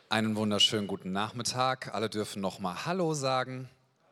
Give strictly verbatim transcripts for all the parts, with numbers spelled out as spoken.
Einen wunderschönen guten Nachmittag. Alle dürfen nochmal Hallo sagen.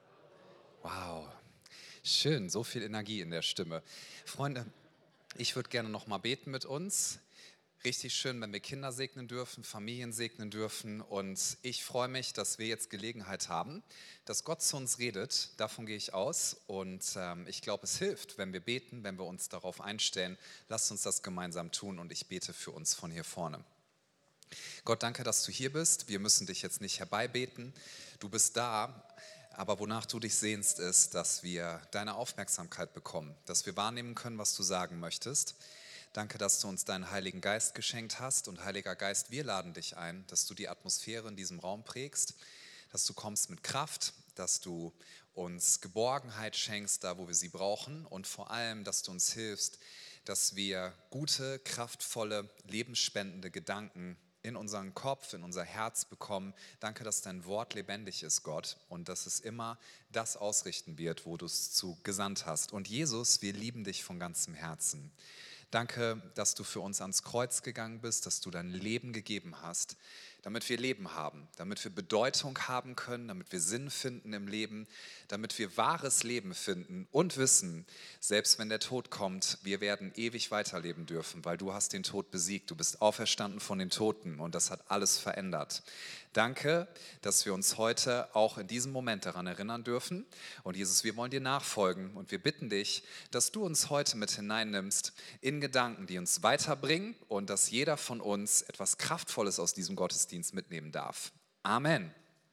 Wow, schön, so viel Energie in der Stimme. Freunde, ich würde gerne nochmal beten mit uns. Richtig schön, wenn wir Kinder segnen dürfen, Familien segnen dürfen. Und ich freue mich, dass wir jetzt Gelegenheit haben, dass Gott zu uns redet. Davon gehe ich aus. Und ähm, ich glaube, es hilft, wenn wir beten, wenn wir uns darauf einstellen. Lasst uns das gemeinsam tun und ich bete für uns von hier vorne. Gott, danke, dass du hier bist. Wir müssen dich jetzt nicht herbeibeten. Du bist da, aber wonach du dich sehnst, ist, dass wir deine Aufmerksamkeit bekommen, dass wir wahrnehmen können, was du sagen möchtest. Danke, dass du uns deinen Heiligen Geist geschenkt hast. Und Heiliger Geist, wir laden dich ein, dass du die Atmosphäre in diesem Raum prägst, dass du kommst mit Kraft, dass du uns Geborgenheit schenkst, da wo wir sie brauchen und vor allem, dass du uns hilfst, dass wir gute, kraftvolle, lebensspendende Gedanken in unseren Kopf, in unser Herz bekommen. Danke, dass dein Wort lebendig ist, Gott, und dass es immer das ausrichten wird, wo du es zu gesandt hast. Und Jesus, wir lieben dich von ganzem Herzen. Danke, dass du für uns ans Kreuz gegangen bist, dass du dein Leben gegeben hast, damit wir Leben haben, damit wir Bedeutung haben können, damit wir Sinn finden im Leben, damit wir wahres Leben finden und wissen, selbst wenn der Tod kommt, wir werden ewig weiterleben dürfen, weil du hast den Tod besiegt, du bist auferstanden von den Toten und das hat alles verändert. Danke, dass wir uns heute auch in diesem Moment daran erinnern dürfen. Und Jesus, wir wollen dir nachfolgen und wir bitten dich, dass du uns heute mit hineinnimmst in Gedanken, die uns weiterbringen und dass jeder von uns etwas Kraftvolles aus diesem Gottesdienst mitnehmen darf. Amen.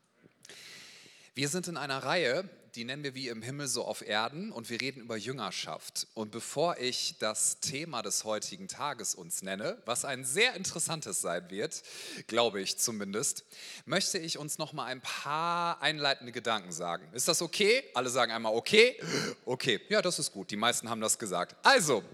Wir sind in einer Reihe, die nennen wir wie im Himmel so auf Erden und wir reden über Jüngerschaft. Und bevor ich das Thema des heutigen Tages uns nenne, was ein sehr interessantes sein wird, glaube ich zumindest, möchte ich uns noch mal ein paar einleitende Gedanken sagen. Ist das okay? Alle sagen einmal okay. Okay, ja, das ist gut. Die meisten haben das gesagt. Also,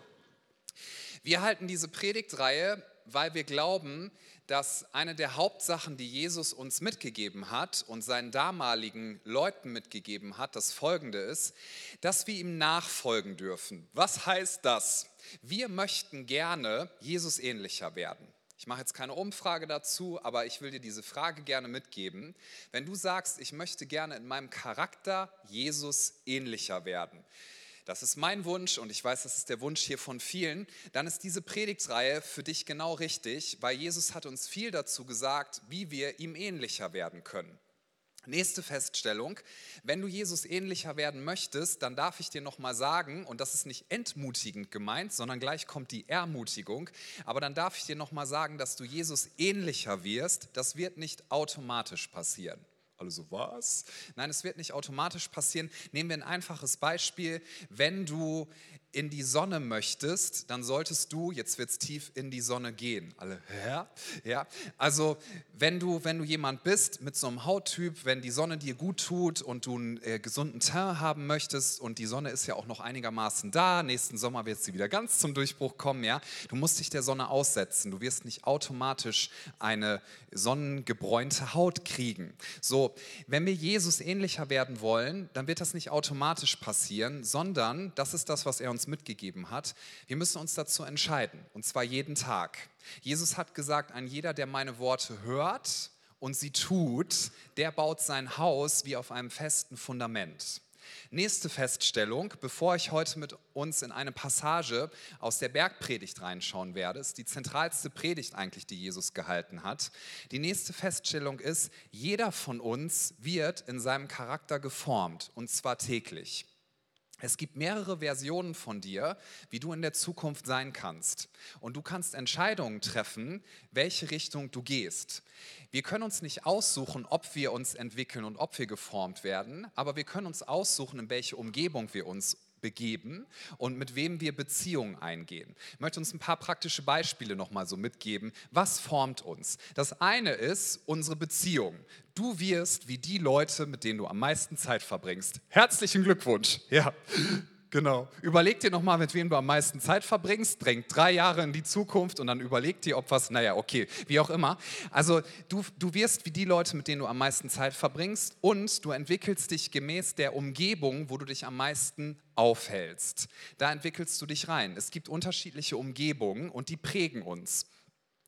wir halten diese Predigtreihe, weil wir glauben, dass eine der Hauptsachen, die Jesus uns mitgegeben hat und seinen damaligen Leuten mitgegeben hat, das Folgende ist, dass wir ihm nachfolgen dürfen. Was heißt das? Wir möchten gerne Jesus ähnlicher werden. Ich mache jetzt keine Umfrage dazu, aber ich will dir diese Frage gerne mitgeben. Wenn du sagst, ich möchte gerne in meinem Charakter Jesus ähnlicher werden, das ist mein Wunsch und ich weiß, das ist der Wunsch hier von vielen, dann ist diese Predigtreihe für dich genau richtig, weil Jesus hat uns viel dazu gesagt, wie wir ihm ähnlicher werden können. Nächste Feststellung, wenn du Jesus ähnlicher werden möchtest, dann darf ich dir nochmal sagen, und das ist nicht entmutigend gemeint, sondern gleich kommt die Ermutigung, aber dann darf ich dir nochmal sagen, dass du Jesus ähnlicher wirst, das wird nicht automatisch passieren. Also was? Nein, es wird nicht automatisch passieren. Nehmen wir ein einfaches Beispiel. Wenn du in die Sonne möchtest, dann solltest du, jetzt wird es tief, in die Sonne gehen. Alle, ja? Ja. Also wenn du, wenn du jemand bist mit so einem Hauttyp, wenn die Sonne dir gut tut und du einen äh, gesunden Teint haben möchtest und die Sonne ist ja auch noch einigermaßen da, nächsten Sommer wird sie wieder ganz zum Durchbruch kommen, ja? Du musst dich der Sonne aussetzen. Du wirst nicht automatisch eine sonnengebräunte Haut kriegen. So, wenn wir Jesus ähnlicher werden wollen, dann wird das nicht automatisch passieren, sondern, das ist das, was er uns mitgegeben hat, wir müssen uns dazu entscheiden, und zwar jeden Tag. Jesus hat gesagt, ein jeder, der meine Worte hört und sie tut, der baut sein Haus wie auf einem festen Fundament. Nächste Feststellung, bevor ich heute mit uns in eine Passage aus der Bergpredigt reinschauen werde, ist die zentralste Predigt eigentlich, die Jesus gehalten hat. Die nächste Feststellung ist, jeder von uns wird in seinem Charakter geformt, und zwar täglich. Es gibt mehrere Versionen von dir, wie du in der Zukunft sein kannst. Und du kannst Entscheidungen treffen, welche Richtung du gehst. Wir können uns nicht aussuchen, ob wir uns entwickeln und ob wir geformt werden, aber wir können uns aussuchen, in welche Umgebung wir uns begeben und mit wem wir Beziehungen eingehen. Ich möchte uns ein paar praktische Beispiele nochmal so mitgeben. Was formt uns? Das eine ist unsere Beziehung. Du wirst wie die Leute, mit denen du am meisten Zeit verbringst. Herzlichen Glückwunsch. Ja, genau. Überleg dir nochmal, mit wem du am meisten Zeit verbringst. Denk drei Jahre in die Zukunft und dann überleg dir, ob was, naja, okay, wie auch immer. Also du, du wirst wie die Leute, mit denen du am meisten Zeit verbringst, und du entwickelst dich gemäß der Umgebung, wo du dich am meisten aufhältst. Da entwickelst du dich rein. Es gibt unterschiedliche Umgebungen und die prägen uns.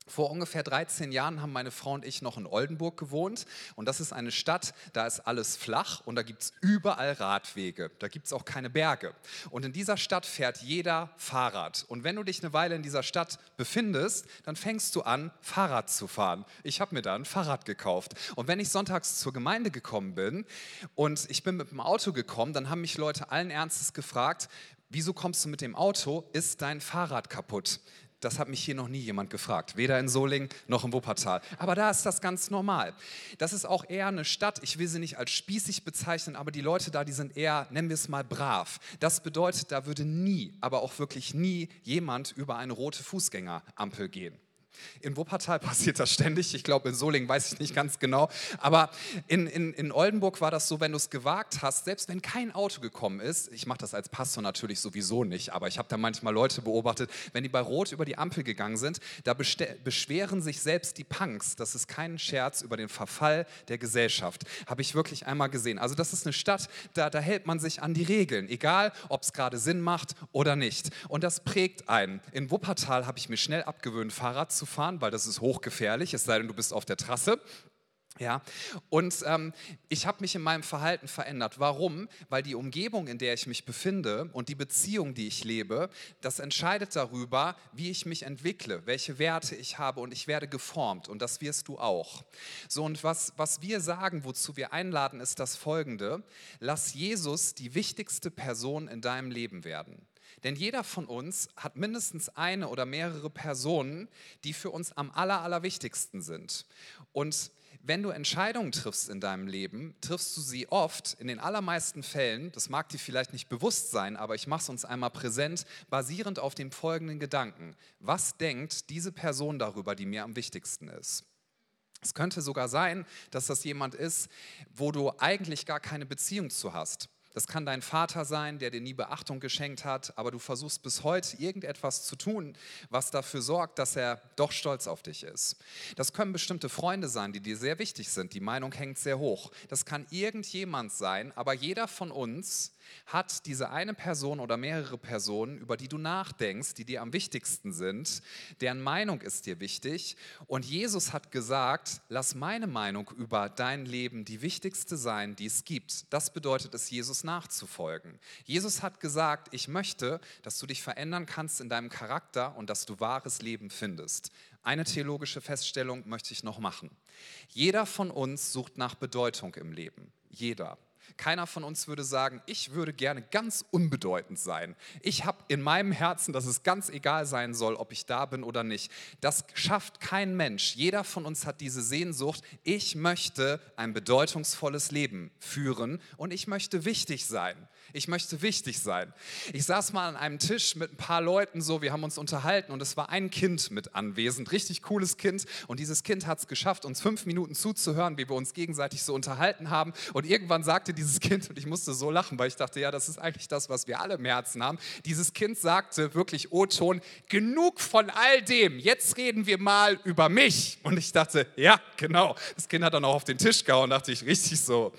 Vor ungefähr dreizehn Jahren haben meine Frau und ich noch in Oldenburg gewohnt und das ist eine Stadt, da ist alles flach und da gibt es überall Radwege, da gibt es auch keine Berge. Und in dieser Stadt fährt jeder Fahrrad und wenn du dich eine Weile in dieser Stadt befindest, dann fängst du an, Fahrrad zu fahren. Ich habe mir da ein Fahrrad gekauft und wenn ich sonntags zur Gemeinde gekommen bin und ich bin mit dem Auto gekommen, dann haben mich Leute allen Ernstes gefragt, wieso kommst du mit dem Auto, ist dein Fahrrad kaputt? Das hat mich hier noch nie jemand gefragt, weder in Solingen noch in Wuppertal. Aber da ist das ganz normal. Das ist auch eher eine Stadt, ich will sie nicht als spießig bezeichnen, aber die Leute da, die sind eher, nennen wir es mal, brav. Das bedeutet, da würde nie, aber auch wirklich nie jemand über eine rote Fußgängerampel gehen. In Wuppertal passiert das ständig, ich glaube in Solingen weiß ich nicht ganz genau, aber in, in, in Oldenburg war das so, wenn du es gewagt hast, selbst wenn kein Auto gekommen ist, ich mache das als Pastor natürlich sowieso nicht, aber ich habe da manchmal Leute beobachtet, wenn die bei Rot über die Ampel gegangen sind, da beschweren sich selbst die Punks, das ist kein Scherz, über den Verfall der Gesellschaft, habe ich wirklich einmal gesehen. Also das ist eine Stadt, da, da hält man sich an die Regeln, egal ob es gerade Sinn macht oder nicht und das prägt einen. In Wuppertal habe ich mir schnell abgewöhnt, Fahrrad zu fahren, weil das ist hochgefährlich, es sei denn, du bist auf der Trasse. Ja, und ähm, ich habe mich in meinem Verhalten verändert. Warum? Weil die Umgebung, in der ich mich befinde und die Beziehung, die ich lebe, das entscheidet darüber, wie ich mich entwickle, welche Werte ich habe und ich werde geformt und das wirst du auch. So, und was, was wir sagen, wozu wir einladen, ist das Folgende: Lass Jesus die wichtigste Person in deinem Leben werden. Denn jeder von uns hat mindestens eine oder mehrere Personen, die für uns am aller, allerwichtigsten sind. Und wenn du Entscheidungen triffst in deinem Leben, triffst du sie oft, in den allermeisten Fällen, das mag dir vielleicht nicht bewusst sein, aber ich mache es uns einmal präsent, basierend auf dem folgenden Gedanken: Was denkt diese Person darüber, die mir am wichtigsten ist? Es könnte sogar sein, dass das jemand ist, wo du eigentlich gar keine Beziehung zu hast. Das kann dein Vater sein, der dir nie Beachtung geschenkt hat, aber du versuchst bis heute irgendetwas zu tun, was dafür sorgt, dass er doch stolz auf dich ist. Das können bestimmte Freunde sein, die dir sehr wichtig sind. Die Meinung hängt sehr hoch. Das kann irgendjemand sein, aber jeder von uns hat diese eine Person oder mehrere Personen, über die du nachdenkst, die dir am wichtigsten sind, deren Meinung ist dir wichtig. Und Jesus hat gesagt, lass meine Meinung über dein Leben die wichtigste sein, die es gibt. Das bedeutet es, Jesus nachzufolgen. Jesus hat gesagt, ich möchte, dass du dich verändern kannst in deinem Charakter und dass du wahres Leben findest. Eine theologische Feststellung möchte ich noch machen. Jeder von uns sucht nach Bedeutung im Leben. Jeder. Keiner von uns würde sagen, ich würde gerne ganz unbedeutend sein. Ich habe in meinem Herzen, dass es ganz egal sein soll, ob ich da bin oder nicht. Das schafft kein Mensch. Jeder von uns hat diese Sehnsucht, ich möchte ein bedeutungsvolles Leben führen und ich möchte wichtig sein. Ich möchte wichtig sein. Ich saß mal an einem Tisch mit ein paar Leuten so, wir haben uns unterhalten und es war ein Kind mit anwesend, richtig cooles Kind und dieses Kind hat es geschafft, uns fünf Minuten zuzuhören, wie wir uns gegenseitig so unterhalten haben und irgendwann sagte dieses Kind, und ich musste so lachen, weil ich dachte, ja, das ist eigentlich das, was wir alle im Herzen haben, dieses Kind sagte wirklich O-Ton, genug von all dem, jetzt reden wir mal über mich. Und ich dachte, ja, genau, das Kind hat dann auch auf den Tisch gehauen, dachte ich, richtig so.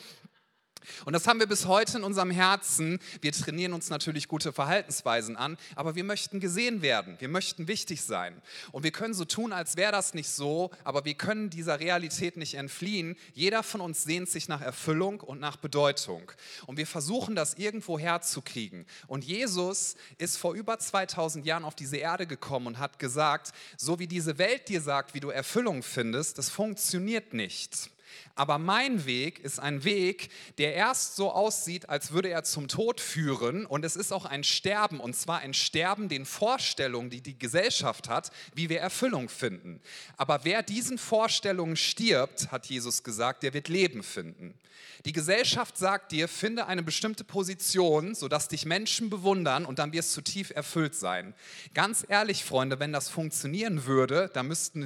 Und das haben wir bis heute in unserem Herzen. Wir trainieren uns natürlich gute Verhaltensweisen an, aber wir möchten gesehen werden, wir möchten wichtig sein. Und wir können so tun, als wäre das nicht so, aber wir können dieser Realität nicht entfliehen. Jeder von uns sehnt sich nach Erfüllung und nach Bedeutung. Und wir versuchen das irgendwo herzukriegen. Und Jesus ist vor über zweitausend Jahren auf diese Erde gekommen und hat gesagt, so wie diese Welt dir sagt, wie du Erfüllung findest, das funktioniert nicht. Aber mein Weg ist ein Weg, der erst so aussieht, als würde er zum Tod führen. Und es ist auch ein Sterben, und zwar ein Sterben den Vorstellungen, die die Gesellschaft hat, wie wir Erfüllung finden. Aber wer diesen Vorstellungen stirbt, hat Jesus gesagt, der wird Leben finden. Die Gesellschaft sagt dir, finde eine bestimmte Position, sodass dich Menschen bewundern und dann wirst du tief erfüllt sein. Ganz ehrlich, Freunde, wenn das funktionieren würde, dann müssten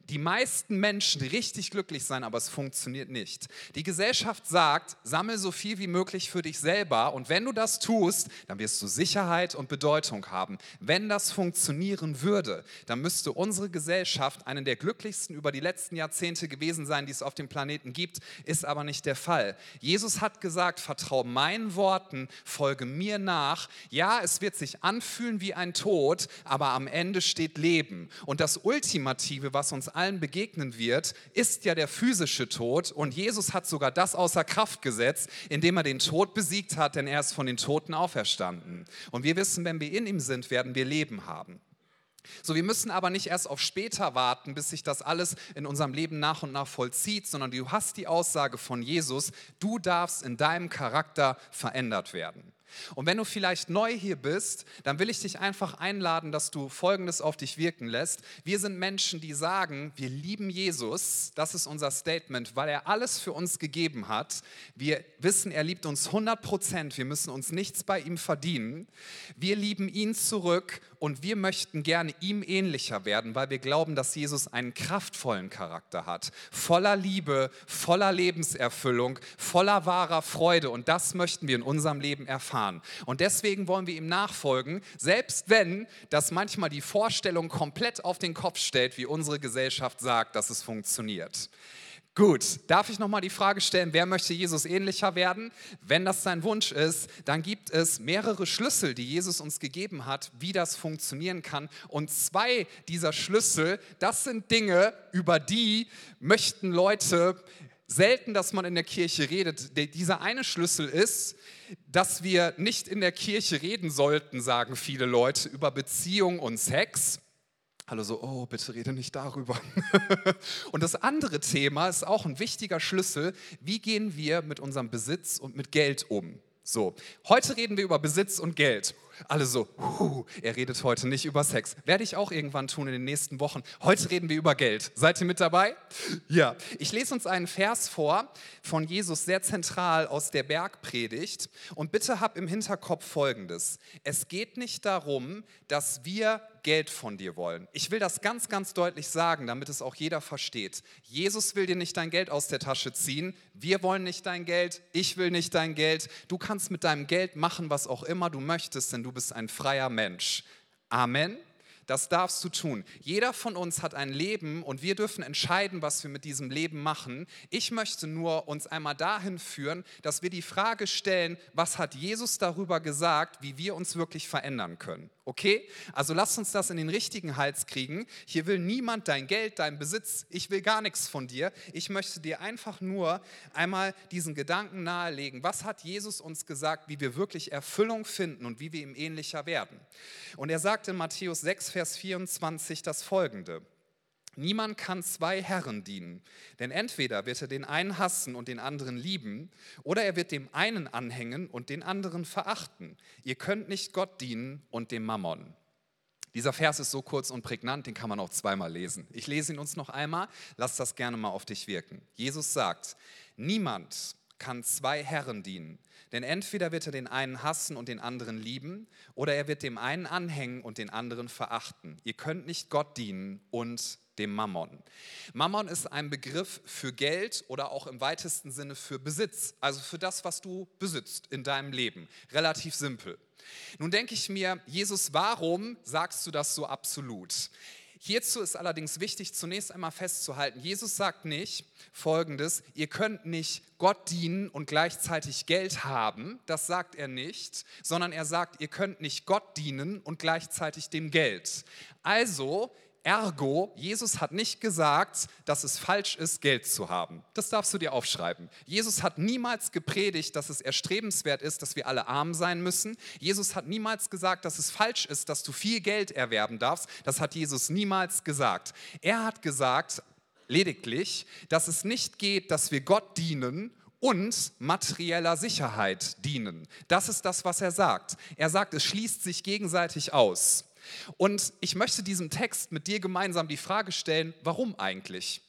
die meisten Menschen richtig glücklich sein, aber es funktioniert nicht. Die Gesellschaft sagt, sammel so viel wie möglich für dich selber und wenn du das tust, dann wirst du Sicherheit und Bedeutung haben. Wenn das funktionieren würde, dann müsste unsere Gesellschaft eine der glücklichsten über die letzten Jahrzehnte gewesen sein, die es auf dem Planeten gibt, ist aber nicht der Fall. Jesus hat gesagt, vertrau meinen Worten, folge mir nach. Ja, es wird sich anfühlen wie ein Tod, aber am Ende steht Leben. Und das Ultimative, was uns allen begegnen wird, ist ja der physische Tod und Jesus hat sogar das außer Kraft gesetzt, indem er den Tod besiegt hat, denn er ist von den Toten auferstanden. Und wir wissen, wenn wir in ihm sind, werden wir Leben haben. So, wir müssen aber nicht erst auf später warten, bis sich das alles in unserem Leben nach und nach vollzieht, sondern du hast die Aussage von Jesus, du darfst in deinem Charakter verändert werden. Und wenn du vielleicht neu hier bist, dann will ich dich einfach einladen, dass du Folgendes auf dich wirken lässt. Wir sind Menschen, die sagen, wir lieben Jesus, das ist unser Statement, weil er alles für uns gegeben hat. Wir wissen, er liebt uns hundert Prozent, wir müssen uns nichts bei ihm verdienen. Wir lieben ihn zurück und wir möchten gerne ihm ähnlicher werden, weil wir glauben, dass Jesus einen kraftvollen Charakter hat, voller Liebe, voller Lebenserfüllung, voller wahrer Freude und das möchten wir in unserem Leben erfahren. Und deswegen wollen wir ihm nachfolgen, selbst wenn das manchmal die Vorstellung komplett auf den Kopf stellt, wie unsere Gesellschaft sagt, dass es funktioniert. Gut, darf ich nochmal die Frage stellen, wer möchte Jesus ähnlicher werden? Wenn das sein Wunsch ist, dann gibt es mehrere Schlüssel, die Jesus uns gegeben hat, wie das funktionieren kann. Und zwei dieser Schlüssel, das sind Dinge, über die möchten Leute selten, dass man in der Kirche redet. Dieser eine Schlüssel ist, dass wir nicht in der Kirche reden sollten, sagen viele Leute, über Beziehung und Sex. Alle so, oh, bitte rede nicht darüber. Und das andere Thema ist auch ein wichtiger Schlüssel. Wie gehen wir mit unserem Besitz und mit Geld um? So, heute reden wir über Besitz und Geld. Alle so, huh, er redet heute nicht über Sex. Werde ich auch irgendwann tun in den nächsten Wochen. Heute reden wir über Geld. Seid ihr mit dabei? Ja. Ich lese uns einen Vers vor von Jesus, sehr zentral aus der Bergpredigt. Und bitte hab im Hinterkopf Folgendes. Es geht nicht darum, dass wir Geld von dir wollen. Ich will das ganz, ganz deutlich sagen, damit es auch jeder versteht. Jesus will dir nicht dein Geld aus der Tasche ziehen. Wir wollen nicht dein Geld. Ich will nicht dein Geld. Du kannst mit deinem Geld machen, was auch immer du möchtest, denn du bist ein freier Mensch. Amen. Das darfst du tun. Jeder von uns hat ein Leben und wir dürfen entscheiden, was wir mit diesem Leben machen. Ich möchte nur uns einmal dahin führen, dass wir die Frage stellen, was hat Jesus darüber gesagt, wie wir uns wirklich verändern können. Okay? Also lasst uns das in den richtigen Hals kriegen. Hier will niemand dein Geld, dein Besitz. Ich will gar nichts von dir. Ich möchte dir einfach nur einmal diesen Gedanken nahelegen. Was hat Jesus uns gesagt, wie wir wirklich Erfüllung finden und wie wir ihm ähnlicher werden? Und er sagt in Matthäus sechs, Vers vierundzwanzig das Folgende. Niemand kann zwei Herren dienen, denn entweder wird er den einen hassen und den anderen lieben, oder er wird dem einen anhängen und den anderen verachten. Ihr könnt nicht Gott dienen und dem Mammon. Dieser Vers ist so kurz und prägnant, den kann man auch zweimal lesen. Ich lese ihn uns noch einmal, lass das gerne mal auf dich wirken. Jesus sagt, niemand kann zwei Herren dienen, denn entweder wird er den einen hassen und den anderen lieben, oder er wird dem einen anhängen und den anderen verachten. Ihr könnt nicht Gott dienen und dem Mammon. Mammon ist ein Begriff für Geld oder auch im weitesten Sinne für Besitz, also für das, was du besitzt in deinem Leben. Relativ simpel. Nun denke ich mir, Jesus, warum sagst du das so absolut? Hierzu ist allerdings wichtig, zunächst einmal festzuhalten, Jesus sagt nicht Folgendes, ihr könnt nicht Gott dienen und gleichzeitig Geld haben, das sagt er nicht, sondern er sagt, ihr könnt nicht Gott dienen und gleichzeitig dem Geld. Also, ergo, Jesus hat nicht gesagt, dass es falsch ist, Geld zu haben. Das darfst du dir aufschreiben. Jesus hat niemals gepredigt, dass es erstrebenswert ist, dass wir alle arm sein müssen. Jesus hat niemals gesagt, dass es falsch ist, dass du viel Geld erwerben darfst. Das hat Jesus niemals gesagt. Er hat gesagt, lediglich, dass es nicht geht, dass wir Gott dienen und materieller Sicherheit dienen. Das ist das, was er sagt. Er sagt, es schließt sich gegenseitig aus. Und ich möchte diesem Text mit dir gemeinsam die Frage stellen, warum eigentlich?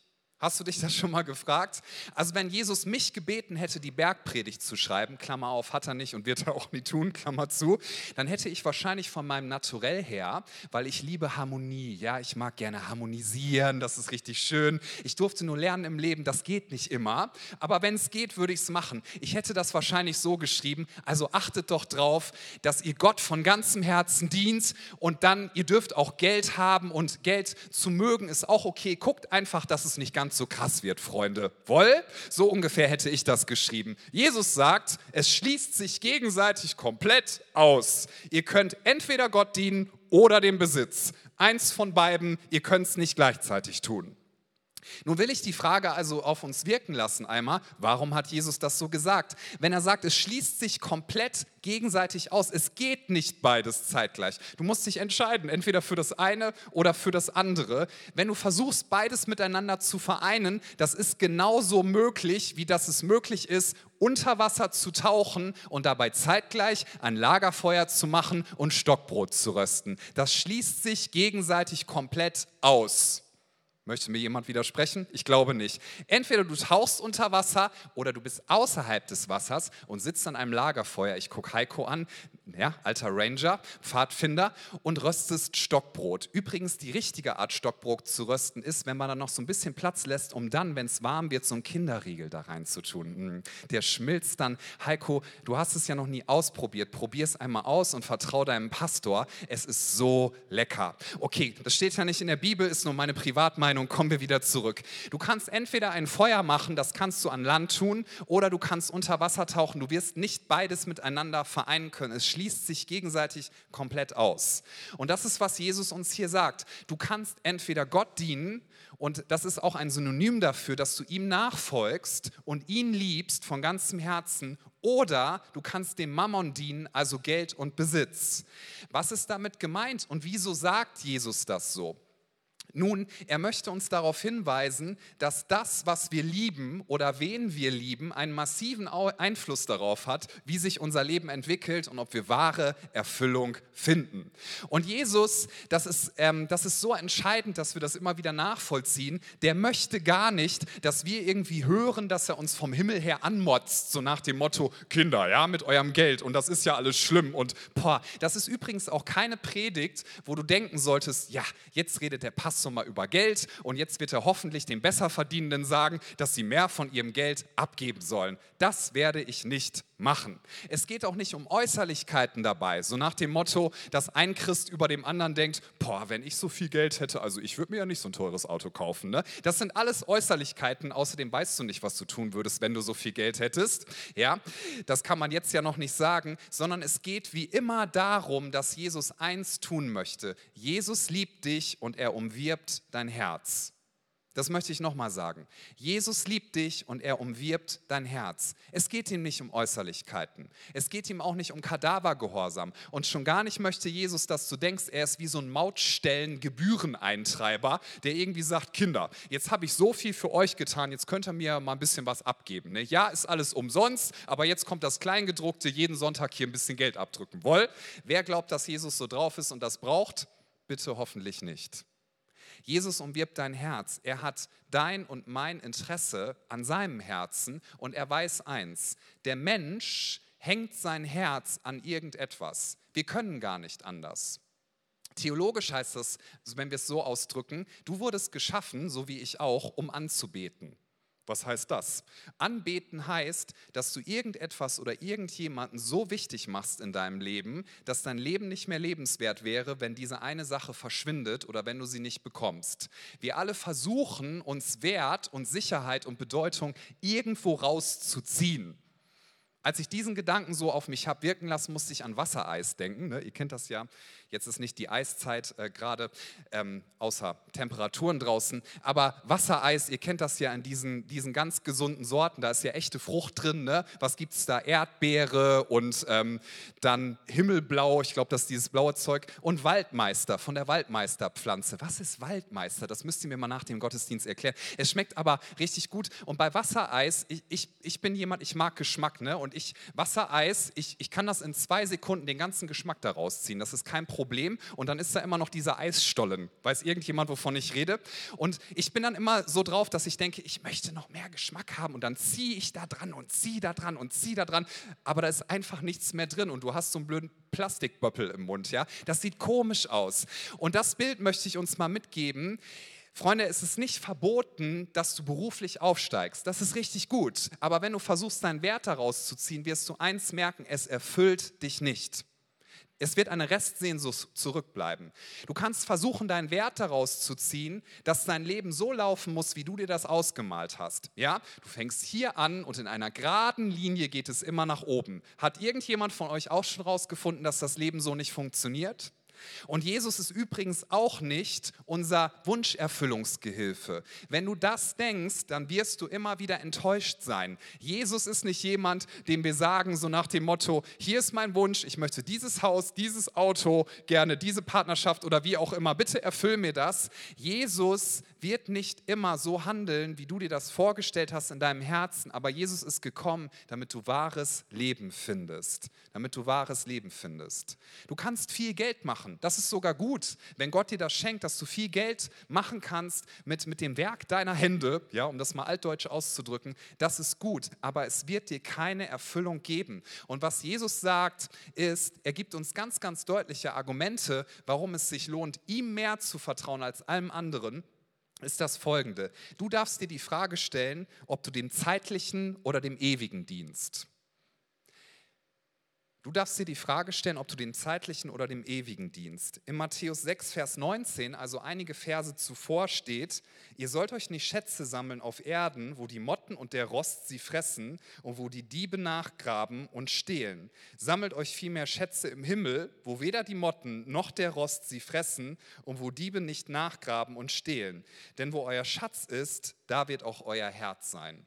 Hast du dich das schon mal gefragt? Also wenn Jesus mich gebeten hätte, die Bergpredigt zu schreiben, Klammer auf, hat er nicht und wird er auch nie tun, Klammer zu, dann hätte ich wahrscheinlich von meinem Naturell her, weil ich liebe Harmonie, ja, ich mag gerne harmonisieren, das ist richtig schön. Ich durfte nur lernen im Leben, das geht nicht immer, aber wenn es geht, würde ich es machen. Ich hätte das wahrscheinlich so geschrieben, also achtet doch drauf, dass ihr Gott von ganzem Herzen dient und dann, ihr dürft auch Geld haben und Geld zu mögen ist auch okay. Guckt einfach, dass es nicht ganz so krass wird, Freunde. Woll? So ungefähr hätte ich das geschrieben. Jesus sagt, es schließt sich gegenseitig komplett aus. Ihr könnt entweder Gott dienen oder dem Besitz. Eins von beiden, ihr könnt es nicht gleichzeitig tun. Nun will ich die Frage also auf uns wirken lassen einmal, warum hat Jesus das so gesagt? Wenn er sagt, es schließt sich komplett gegenseitig aus, es geht nicht beides zeitgleich. Du musst dich entscheiden, entweder für das eine oder für das andere. Wenn du versuchst, beides miteinander zu vereinen, das ist genauso möglich, wie dass es möglich ist, unter Wasser zu tauchen und dabei zeitgleich ein Lagerfeuer zu machen und Stockbrot zu rösten. Das schließt sich gegenseitig komplett aus. Möchte mir jemand widersprechen? Ich glaube nicht. Entweder du tauchst unter Wasser oder du bist außerhalb des Wassers und sitzt an einem Lagerfeuer. Ich gucke Heiko an, ja, alter Ranger, Pfadfinder, und röstest Stockbrot. Übrigens, die richtige Art Stockbrot zu rösten ist, wenn man dann noch so ein bisschen Platz lässt, um dann, wenn es warm wird, so einen Kinderriegel da rein zu tun. Der schmilzt dann. Heiko, du hast es ja noch nie ausprobiert. Probier es einmal aus und vertrau deinem Pastor. Es ist so lecker. Okay, das steht ja nicht in der Bibel, ist nur meine Privatmeinung. Kommen wir wieder zurück. Du kannst entweder ein Feuer machen, das kannst du an Land tun, oder du kannst unter Wasser tauchen. Du wirst nicht beides miteinander vereinen können. Es schließt sich gegenseitig komplett aus. Und das ist, was Jesus uns hier sagt. Du kannst entweder Gott dienen, und das ist auch ein Synonym dafür, dass du ihm nachfolgst und ihn liebst von ganzem Herzen, oder du kannst dem Mammon dienen, also Geld und Besitz. Was ist damit gemeint und wieso sagt Jesus das so? Nun, er möchte uns darauf hinweisen, dass das, was wir lieben oder wen wir lieben, einen massiven Einfluss darauf hat, wie sich unser Leben entwickelt und ob wir wahre Erfüllung finden. Und Jesus, das ist, ähm, das ist so entscheidend, dass wir das immer wieder nachvollziehen, der möchte gar nicht, dass wir irgendwie hören, dass er uns vom Himmel her anmotzt, so nach dem Motto, Kinder, ja, mit eurem Geld und das ist ja alles schlimm und boah, das ist übrigens auch keine Predigt, wo du denken solltest, ja, jetzt redet der Pastor mal über Geld und jetzt wird er hoffentlich den Besserverdienenden sagen, dass sie mehr von ihrem Geld abgeben sollen. Das werde ich nicht machen. Es geht auch nicht um Äußerlichkeiten dabei, so nach dem Motto, dass ein Christ über dem anderen denkt, boah, wenn ich so viel Geld hätte, also ich würde mir ja nicht so ein teures Auto kaufen. Ne? Das sind alles Äußerlichkeiten, außerdem weißt du nicht, was du tun würdest, wenn du so viel Geld hättest. Ja, das kann man jetzt ja noch nicht sagen, sondern es geht wie immer darum, dass Jesus eins tun möchte. Jesus liebt dich und er umwirbt dein Herz. Das möchte ich nochmal sagen. Jesus liebt dich und er umwirbt dein Herz. Es geht ihm nicht um Äußerlichkeiten. Es geht ihm auch nicht um Kadavergehorsam. Und schon gar nicht möchte Jesus, dass du denkst, er ist wie so ein Mautstellen-Gebühreneintreiber, der irgendwie sagt, Kinder, jetzt habe ich so viel für euch getan, jetzt könnt ihr mir mal ein bisschen was abgeben. Ne? Ja, ist alles umsonst, aber jetzt kommt das Kleingedruckte, jeden Sonntag hier ein bisschen Geld abdrücken. Woll? Wer glaubt, dass Jesus so drauf ist und das braucht? Bitte hoffentlich nicht. Jesus umwirbt dein Herz. Er hat dein und mein Interesse an seinem Herzen und er weiß eins, der Mensch hängt sein Herz an irgendetwas. Wir können gar nicht anders. Theologisch heißt das, wenn wir es so ausdrücken, du wurdest geschaffen, so wie ich auch, um anzubeten. Was heißt das? Anbeten heißt, dass du irgendetwas oder irgendjemanden so wichtig machst in deinem Leben, dass dein Leben nicht mehr lebenswert wäre, wenn diese eine Sache verschwindet oder wenn du sie nicht bekommst. Wir alle versuchen, uns Wert und Sicherheit und Bedeutung irgendwo rauszuziehen. Als ich diesen Gedanken so auf mich habe wirken lassen, musste ich an Wassereis denken. Ne? Ihr kennt das ja. Jetzt ist nicht die Eiszeit äh, gerade, ähm, außer Temperaturen draußen. Aber Wassereis, ihr kennt das ja in diesen, diesen ganz gesunden Sorten. Da ist ja echte Frucht drin. Ne? Was gibt es da? Erdbeere und ähm, dann Himmelblau. Ich glaube, das ist dieses blaue Zeug. Und Waldmeister von der Waldmeisterpflanze. Was ist Waldmeister? Das müsst ihr mir mal nach dem Gottesdienst erklären. Es schmeckt aber richtig gut. Und bei Wassereis, ich, ich, ich bin jemand, ich mag Geschmack. Ne? Und ich, Wassereis, ich, ich kann das in zwei Sekunden den ganzen Geschmack daraus ziehen. Das ist kein Problem. Problem. Und dann ist da immer noch dieser Eisstollen. Weiß irgendjemand, wovon ich rede? Und ich bin dann immer so drauf, dass ich denke, ich möchte noch mehr Geschmack haben. Und dann ziehe ich da dran und ziehe da dran und ziehe da dran. Aber da ist einfach nichts mehr drin. Und du hast so einen blöden Plastikböppel im Mund. Ja? Das sieht komisch aus. Und das Bild möchte ich uns mal mitgeben. Freunde, es ist nicht verboten, dass du beruflich aufsteigst. Das ist richtig gut. Aber wenn du versuchst, deinen Wert daraus zu ziehen, wirst du eins merken, es erfüllt dich nicht. Es wird eine Restsehnsucht zurückbleiben. Du kannst versuchen, deinen Wert daraus zu ziehen, dass dein Leben so laufen muss, wie du dir das ausgemalt hast. Ja? Du fängst hier an und in einer geraden Linie geht es immer nach oben. Hat irgendjemand von euch auch schon rausgefunden, dass das Leben so nicht funktioniert? Und Jesus ist übrigens auch nicht unser Wunscherfüllungsgehilfe. Wenn du das denkst, dann wirst du immer wieder enttäuscht sein. Jesus ist nicht jemand, dem wir sagen, so nach dem Motto, hier ist mein Wunsch, ich möchte dieses Haus, dieses Auto, gerne diese Partnerschaft oder wie auch immer, bitte erfüll mir das. Jesus wird nicht immer so handeln, wie du dir das vorgestellt hast in deinem Herzen, aber Jesus ist gekommen, damit du wahres Leben findest. Damit du wahres Leben findest. Du kannst viel Geld machen. Das ist sogar gut, wenn Gott dir das schenkt, dass du viel Geld machen kannst mit, mit dem Werk deiner Hände, ja, um das mal altdeutsch auszudrücken, das ist gut, aber es wird dir keine Erfüllung geben. Und was Jesus sagt, ist, er gibt uns ganz, ganz deutliche Argumente, warum es sich lohnt, ihm mehr zu vertrauen als allem anderen, ist das Folgende. Du darfst dir die Frage stellen, ob du dem zeitlichen oder dem ewigen dienst. Du darfst dir die Frage stellen, ob du dem zeitlichen oder dem ewigen dienst. In Matthäus sechs, Vers neunzehn, also einige Verse zuvor steht, ihr sollt euch nicht Schätze sammeln auf Erden, wo die Motten und der Rost sie fressen und wo die Diebe nachgraben und stehlen. Sammelt euch vielmehr Schätze im Himmel, wo weder die Motten noch der Rost sie fressen und wo Diebe nicht nachgraben und stehlen. Denn wo euer Schatz ist, da wird auch euer Herz sein.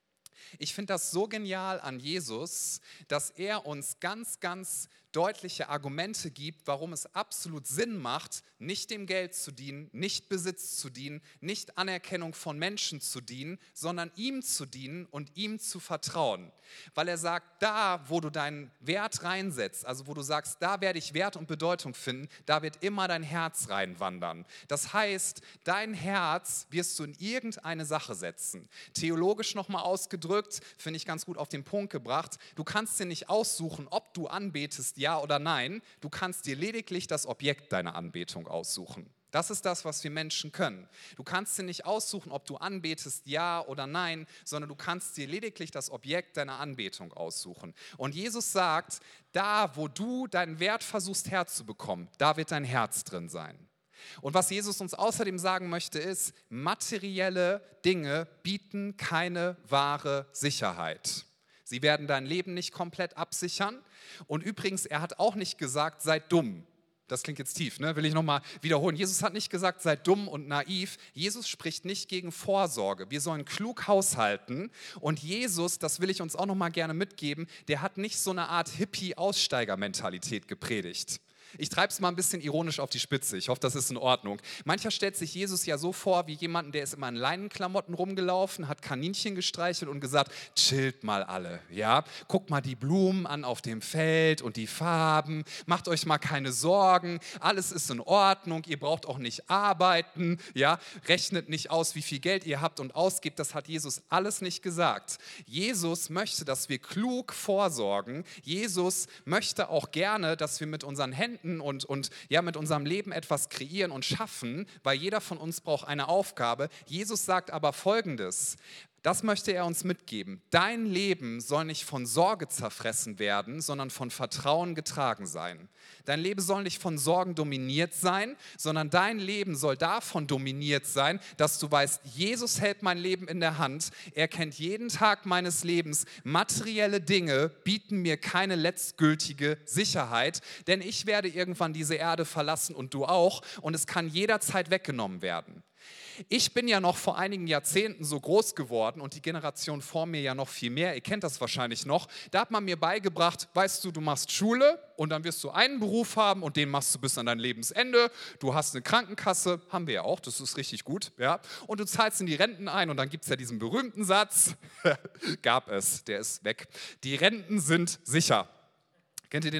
Ich finde das so genial an Jesus, dass er uns ganz, ganz deutliche Argumente gibt, warum es absolut Sinn macht, nicht dem Geld zu dienen, nicht Besitz zu dienen, nicht Anerkennung von Menschen zu dienen, sondern ihm zu dienen und ihm zu vertrauen. Weil er sagt, da, wo du deinen Wert reinsetzt, also wo du sagst, da werde ich Wert und Bedeutung finden, da wird immer dein Herz reinwandern. Das heißt, dein Herz wirst du in irgendeine Sache setzen. Theologisch nochmal ausgedrückt, finde ich ganz gut auf den Punkt gebracht, du kannst dir nicht aussuchen, ob du anbetest, ja oder nein, du kannst dir lediglich das Objekt deiner Anbetung aussuchen. Das ist das, was wir Menschen können. Du kannst dir nicht aussuchen, ob du anbetest, ja oder nein, sondern du kannst dir lediglich das Objekt deiner Anbetung aussuchen. Und Jesus sagt, da, wo du deinen Wert versuchst herzubekommen, da wird dein Herz drin sein. Und was Jesus uns außerdem sagen möchte, ist, materielle Dinge bieten keine wahre Sicherheit. Sie werden dein Leben nicht komplett absichern. Und übrigens, er hat auch nicht gesagt, seid dumm. Das klingt jetzt tief, ne? Will ich nochmal wiederholen. Jesus hat nicht gesagt, seid dumm und naiv. Jesus spricht nicht gegen Vorsorge. Wir sollen klug haushalten. Und Jesus, das will ich uns auch nochmal gerne mitgeben, der hat nicht so eine Art Hippie-Aussteiger-Mentalität gepredigt. Ich treibe es mal ein bisschen ironisch auf die Spitze. Ich hoffe, das ist in Ordnung. Mancher stellt sich Jesus ja so vor wie jemanden, der ist immer in Leinenklamotten rumgelaufen, hat Kaninchen gestreichelt und gesagt, chillt mal alle, ja? Guckt mal die Blumen an auf dem Feld und die Farben. Macht euch mal keine Sorgen. Alles ist in Ordnung. Ihr braucht auch nicht arbeiten, ja? Rechnet nicht aus, wie viel Geld ihr habt und ausgebt. Das hat Jesus alles nicht gesagt. Jesus möchte, dass wir klug vorsorgen. Jesus möchte auch gerne, dass wir mit unseren Händen Und, und ja, mit unserem Leben etwas kreieren und schaffen, weil jeder von uns braucht eine Aufgabe. Jesus sagt aber Folgendes, das möchte er uns mitgeben. Dein Leben soll nicht von Sorge zerfressen werden, sondern von Vertrauen getragen sein. Dein Leben soll nicht von Sorgen dominiert sein, sondern dein Leben soll davon dominiert sein, dass du weißt, Jesus hält mein Leben in der Hand. Er kennt jeden Tag meines Lebens. Materielle Dinge bieten mir keine letztgültige Sicherheit, denn ich werde irgendwann diese Erde verlassen und du auch und es kann jederzeit weggenommen werden. Ich bin ja noch vor einigen Jahrzehnten so groß geworden und die Generation vor mir ja noch viel mehr, ihr kennt das wahrscheinlich noch, da hat man mir beigebracht, weißt du, du machst Schule und dann wirst du einen Beruf haben und den machst du bis an dein Lebensende, du hast eine Krankenkasse, haben wir ja auch, das ist richtig gut, ja, und du zahlst in die Renten ein und dann gibt es ja diesen berühmten Satz, gab es, der ist weg, die Renten sind sicher. Kennt ihr den noch?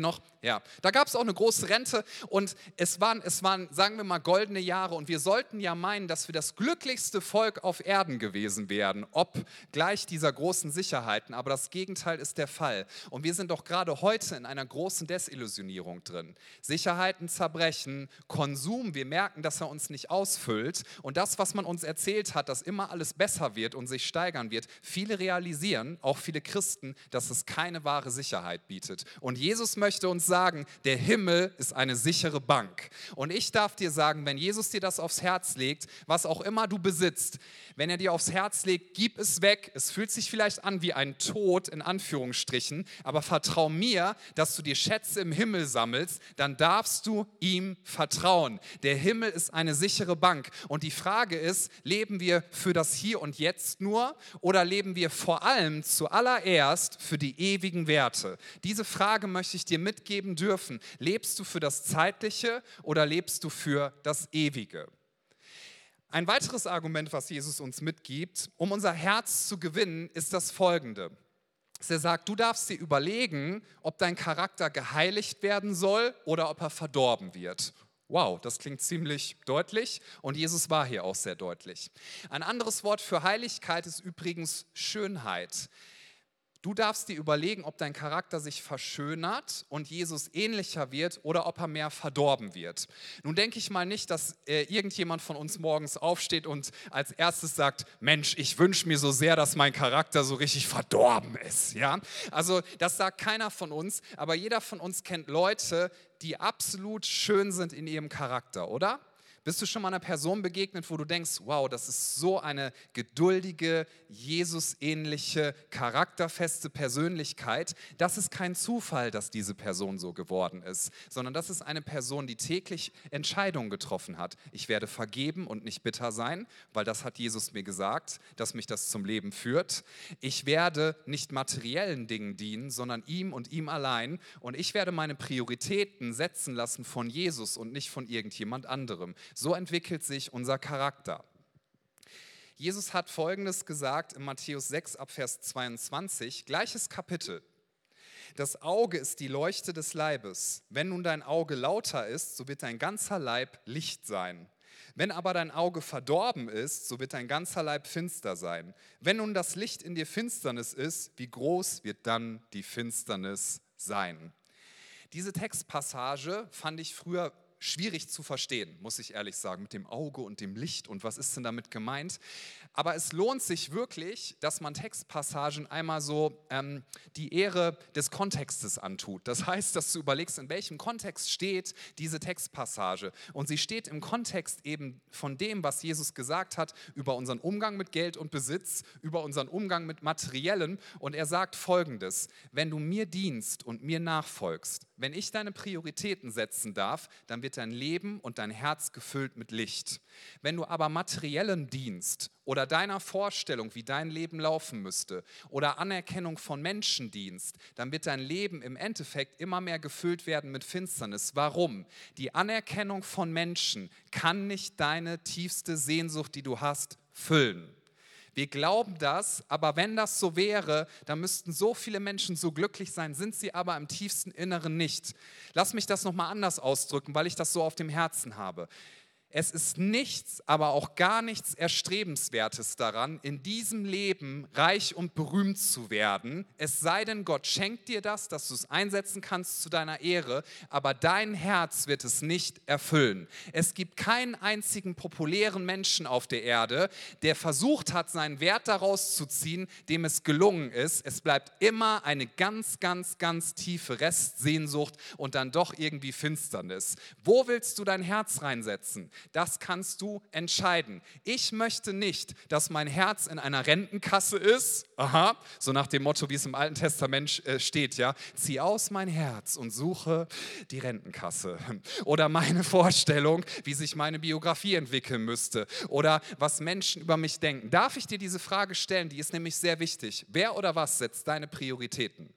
Ja, da gab es auch eine große Rente und es waren, es waren, sagen wir mal, goldene Jahre und wir sollten ja meinen, dass wir das glücklichste Volk auf Erden gewesen wären, ob gleich dieser großen Sicherheiten, aber das Gegenteil ist der Fall. Und wir sind doch gerade heute in einer großen Desillusionierung drin. Sicherheiten zerbrechen, Konsum, wir merken, dass er uns nicht ausfüllt und das, was man uns erzählt hat, dass immer alles besser wird und sich steigern wird, viele realisieren, auch viele Christen, dass es keine wahre Sicherheit bietet. Und Jesus möchte uns sagen, sagen, der Himmel ist eine sichere Bank. Und ich darf dir sagen, wenn Jesus dir das aufs Herz legt, was auch immer du besitzt, wenn er dir aufs Herz legt, gib es weg. Es fühlt sich vielleicht an wie ein Tod, in Anführungsstrichen, aber vertrau mir, dass du dir Schätze im Himmel sammelst, dann darfst du ihm vertrauen. Der Himmel ist eine sichere Bank. Und die Frage ist, leben wir für das Hier und Jetzt nur oder leben wir vor allem zuallererst für die ewigen Werte? Diese Frage möchte ich dir mitgeben dürfen. Lebst du für das Zeitliche oder lebst du für das Ewige? Ein weiteres Argument, was Jesus uns mitgibt, um unser Herz zu gewinnen, ist das folgende. Er sagt, du darfst dir überlegen, ob dein Charakter geheiligt werden soll oder ob er verdorben wird. Wow, das klingt ziemlich deutlich und Jesus war hier auch sehr deutlich. Ein anderes Wort für Heiligkeit ist übrigens Schönheit. Du darfst dir überlegen, ob dein Charakter sich verschönert und Jesus ähnlicher wird oder ob er mehr verdorben wird. Nun denke ich mal nicht, dass äh, irgendjemand von uns morgens aufsteht und als erstes sagt, Mensch, ich wünsche mir so sehr, dass mein Charakter so richtig verdorben ist. Ja? Also das sagt keiner von uns, aber jeder von uns kennt Leute, die absolut schön sind in ihrem Charakter, oder? Bist du schon mal einer Person begegnet, wo du denkst, wow, das ist so eine geduldige, Jesus-ähnliche, charakterfeste Persönlichkeit. Das ist kein Zufall, dass diese Person so geworden ist, sondern das ist eine Person, die täglich Entscheidungen getroffen hat. Ich werde vergeben und nicht bitter sein, weil das hat Jesus mir gesagt, dass mich das zum Leben führt. Ich werde nicht materiellen Dingen dienen, sondern ihm und ihm allein. Und ich werde meine Prioritäten setzen lassen von Jesus und nicht von irgendjemand anderem. So entwickelt sich unser Charakter. Jesus hat Folgendes gesagt in Matthäus sechs ab Vers zweiundzwanzig, gleiches Kapitel. Das Auge ist die Leuchte des Leibes. Wenn nun dein Auge lauter ist, so wird dein ganzer Leib Licht sein. Wenn aber dein Auge verdorben ist, so wird dein ganzer Leib finster sein. Wenn nun das Licht in dir Finsternis ist, wie groß wird dann die Finsternis sein? Diese Textpassage fand ich früher schwierig zu verstehen, muss ich ehrlich sagen, mit dem Auge und dem Licht und was ist denn damit gemeint. Aber es lohnt sich wirklich, dass man Textpassagen einmal so ähm, die Ehre des Kontextes antut. Das heißt, dass du überlegst, in welchem Kontext steht diese Textpassage. Und sie steht im Kontext eben von dem, was Jesus gesagt hat über unseren Umgang mit Geld und Besitz, über unseren Umgang mit Materiellen. Und er sagt Folgendes: Wenn du mir dienst und mir nachfolgst, wenn ich deine Prioritäten setzen darf, dann wird dein Leben und dein Herz gefüllt mit Licht. Wenn du aber materiellen Dienst oder deiner Vorstellung, wie dein Leben laufen müsste, oder Anerkennung von Menschen dienst, dann wird dein Leben im Endeffekt immer mehr gefüllt werden mit Finsternis. Warum? Die Anerkennung von Menschen kann nicht deine tiefste Sehnsucht, die du hast, füllen. Wir glauben das, aber wenn das so wäre, dann müssten so viele Menschen so glücklich sein, sind sie aber im tiefsten Inneren nicht. Lass mich das nochmal anders ausdrücken, weil ich das so auf dem Herzen habe. Es ist nichts, aber auch gar nichts Erstrebenswertes daran, in diesem Leben reich und berühmt zu werden. Es sei denn, Gott schenkt dir das, dass du es einsetzen kannst zu deiner Ehre, aber dein Herz wird es nicht erfüllen. Es gibt keinen einzigen populären Menschen auf der Erde, der versucht hat, seinen Wert daraus zu ziehen, dem es gelungen ist. Es bleibt immer eine ganz, ganz, ganz tiefe Restsehnsucht und dann doch irgendwie Finsternis. Wo willst du dein Herz reinsetzen? Das kannst du entscheiden. Ich möchte nicht, dass mein Herz in einer Rentenkasse ist, aha, so nach dem Motto, wie es im Alten Testament steht, ja, zieh aus mein Herz und suche die Rentenkasse. Oder meine Vorstellung, wie sich meine Biografie entwickeln müsste oder was Menschen über mich denken. Darf ich dir diese Frage stellen? Die ist nämlich sehr wichtig. Wer oder was setzt deine Prioritäten?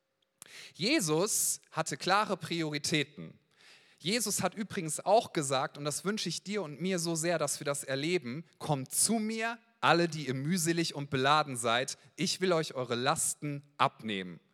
Jesus hatte klare Prioritäten. Jesus hat übrigens auch gesagt, und das wünsche ich dir und mir so sehr, dass wir das erleben: Kommt zu mir, alle, die ihr mühselig und beladen seid, ich will euch eure Lasten abnehmen.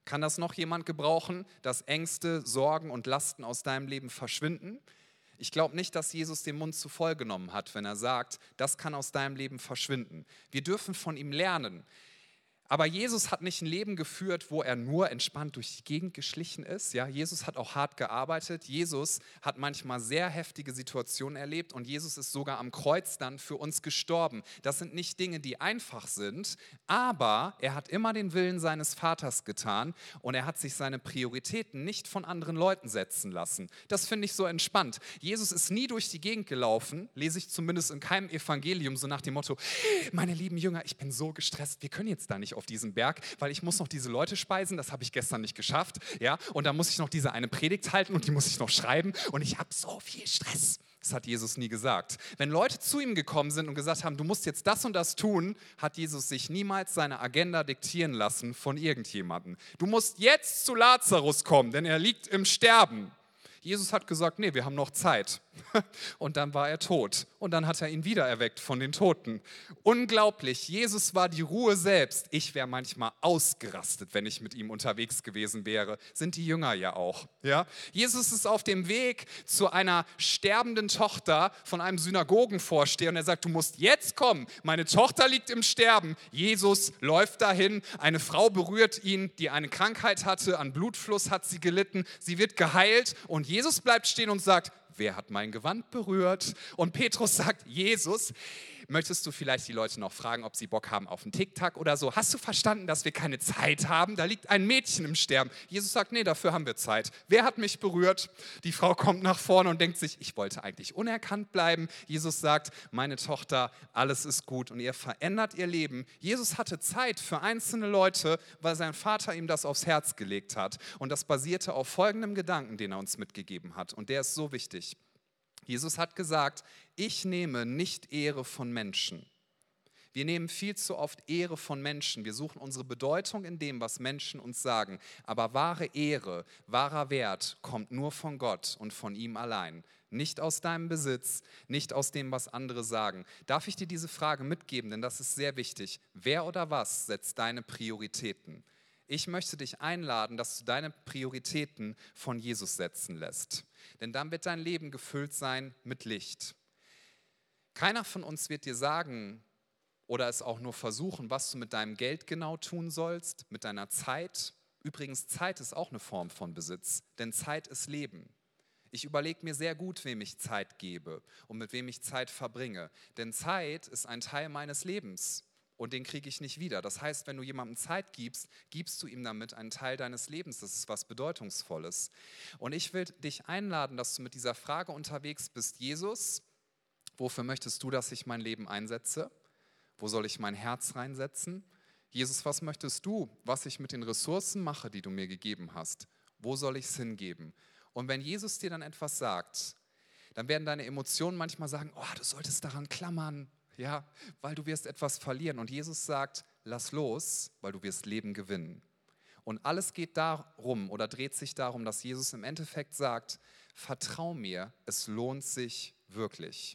Kann das noch jemand gebrauchen, dass Ängste, Sorgen und Lasten aus deinem Leben verschwinden? Ich glaube nicht, dass Jesus den Mund zu voll genommen hat, wenn er sagt, das kann aus deinem Leben verschwinden. Wir dürfen von ihm lernen. Aber Jesus hat nicht ein Leben geführt, wo er nur entspannt durch die Gegend geschlichen ist. Ja, Jesus hat auch hart gearbeitet. Jesus hat manchmal sehr heftige Situationen erlebt und Jesus ist sogar am Kreuz dann für uns gestorben. Das sind nicht Dinge, die einfach sind, aber er hat immer den Willen seines Vaters getan und er hat sich seine Prioritäten nicht von anderen Leuten setzen lassen. Das finde ich so entspannt. Jesus ist nie durch die Gegend gelaufen, lese ich zumindest in keinem Evangelium, so nach dem Motto, meine lieben Jünger, ich bin so gestresst, wir können jetzt da nicht auf diesem Berg, weil ich muss noch diese Leute speisen, das habe ich gestern nicht geschafft, ja, und dann muss ich noch diese eine Predigt halten und die muss ich noch schreiben und ich habe so viel Stress. Das hat Jesus nie gesagt. Wenn Leute zu ihm gekommen sind und gesagt haben, du musst jetzt das und das tun, hat Jesus sich niemals seine Agenda diktieren lassen von irgendjemandem. Du musst jetzt zu Lazarus kommen, denn er liegt im Sterben. Jesus hat gesagt, nee, wir haben noch Zeit. Und dann war er tot. Und dann hat er ihn wiedererweckt von den Toten. Unglaublich, Jesus war die Ruhe selbst. Ich wäre manchmal ausgerastet, wenn ich mit ihm unterwegs gewesen wäre. Sind die Jünger ja auch. Ja? Jesus ist auf dem Weg zu einer sterbenden Tochter von einem Synagogenvorsteher. Und er sagt, du musst jetzt kommen. Meine Tochter liegt im Sterben. Jesus läuft dahin. Eine Frau berührt ihn, die eine Krankheit hatte. An Blutfluss hat sie gelitten. Sie wird geheilt. Und Jesus bleibt stehen und sagt, wer hat mein Gewand berührt? Und Petrus sagt, Jesus, möchtest du vielleicht die Leute noch fragen, ob sie Bock haben auf einen TikTok oder so? Hast du verstanden, dass wir keine Zeit haben? Da liegt ein Mädchen im Sterben. Jesus sagt, nee, dafür haben wir Zeit. Wer hat mich berührt? Die Frau kommt nach vorne und denkt sich, ich wollte eigentlich unerkannt bleiben. Jesus sagt, meine Tochter, alles ist gut und ihr verändert ihr Leben. Jesus hatte Zeit für einzelne Leute, weil sein Vater ihm das aufs Herz gelegt hat. Und das basierte auf folgendem Gedanken, den er uns mitgegeben hat. Und der ist so wichtig. Jesus hat gesagt, ich nehme nicht Ehre von Menschen. Wir nehmen viel zu oft Ehre von Menschen. Wir suchen unsere Bedeutung in dem, was Menschen uns sagen. Aber wahre Ehre, wahrer Wert kommt nur von Gott und von ihm allein. Nicht aus deinem Besitz, nicht aus dem, was andere sagen. Darf ich dir diese Frage mitgeben, denn das ist sehr wichtig. Wer oder was setzt deine Prioritäten? Ich möchte dich einladen, dass du deine Prioritäten von Jesus setzen lässt. Denn dann wird dein Leben gefüllt sein mit Licht. Keiner von uns wird dir sagen oder es auch nur versuchen, was du mit deinem Geld genau tun sollst, mit deiner Zeit. Übrigens, Zeit ist auch eine Form von Besitz, denn Zeit ist Leben. Ich überlege mir sehr gut, wem ich Zeit gebe und mit wem ich Zeit verbringe. Denn Zeit ist ein Teil meines Lebens. Und den kriege ich nicht wieder. Das heißt, wenn du jemandem Zeit gibst, gibst du ihm damit einen Teil deines Lebens. Das ist was Bedeutungsvolles. Und ich will dich einladen, dass du mit dieser Frage unterwegs bist. Jesus, wofür möchtest du, dass ich mein Leben einsetze? Wo soll ich mein Herz reinsetzen? Jesus, was möchtest du, was ich mit den Ressourcen mache, die du mir gegeben hast? Wo soll ich es hingeben? Und wenn Jesus dir dann etwas sagt, dann werden deine Emotionen manchmal sagen, oh, du solltest daran klammern. Ja, weil du wirst etwas verlieren. Und Jesus sagt, lass los, weil du wirst Leben gewinnen. Und alles geht darum oder dreht sich darum, dass Jesus im Endeffekt sagt, vertrau mir, es lohnt sich wirklich.